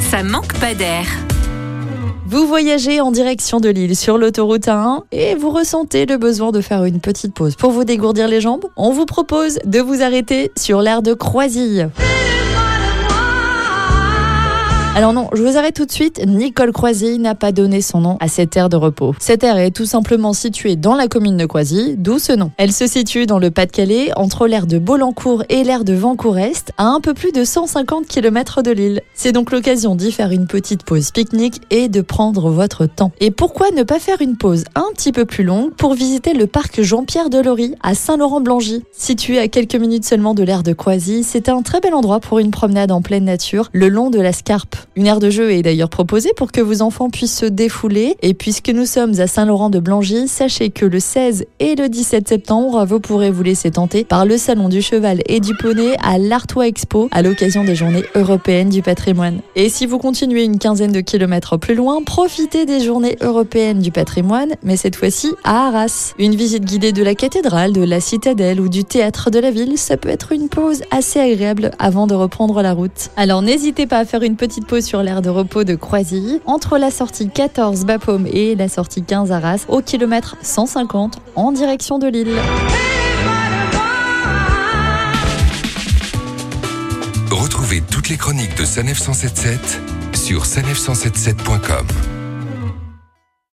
ça manque pas d'air. Vous voyagez en direction de Lille sur l'autoroute A1 et vous ressentez le besoin de faire une petite pause pour vous dégourdir les jambes. On vous propose de vous arrêter sur l'aire de Croisilles. Alors non, je vous arrête tout de suite, Nicole Croisilles n'a pas donné son nom à cette aire de repos. Cette aire est tout simplement située dans la commune de Croisilles, d'où ce nom. Elle se situe dans le Pas-de-Calais, entre l'aire de Bolencourt et l'aire de Vancourt-Est, à un peu plus de 150 km de Lille. C'est donc l'occasion d'y faire une petite pause pique-nique et de prendre votre temps. Et pourquoi ne pas faire une pause un petit peu plus longue pour visiter le parc Jean-Pierre Delory à Saint-Laurent-Blangy. Situé à quelques minutes seulement de l'aire de Croisilles, c'est un très bel endroit pour une promenade en pleine nature, le long de la Scarpe. Une aire de jeu est d'ailleurs proposée pour que vos enfants puissent se défouler. Et puisque nous sommes à Saint-Laurent-de-Blangy, sachez que le 16 et le 17 septembre, vous pourrez vous laisser tenter par le Salon du Cheval et du Poney à l'Artois Expo à l'occasion des Journées européennes du patrimoine. Et si vous continuez une quinzaine de kilomètres plus loin, profitez des Journées européennes du patrimoine, mais cette fois-ci à Arras. Une visite guidée de la cathédrale, de la citadelle ou du théâtre de la ville, ça peut être une pause assez agréable avant de reprendre la route. Alors n'hésitez pas à faire une petite pause sur l'aire de repos de Croisilles, entre la sortie 14 Bapaume et la sortie 15 Arras, au kilomètre 150 en direction de Lille. Retrouvez toutes les chroniques de Sanef 177 sur sanef177.com.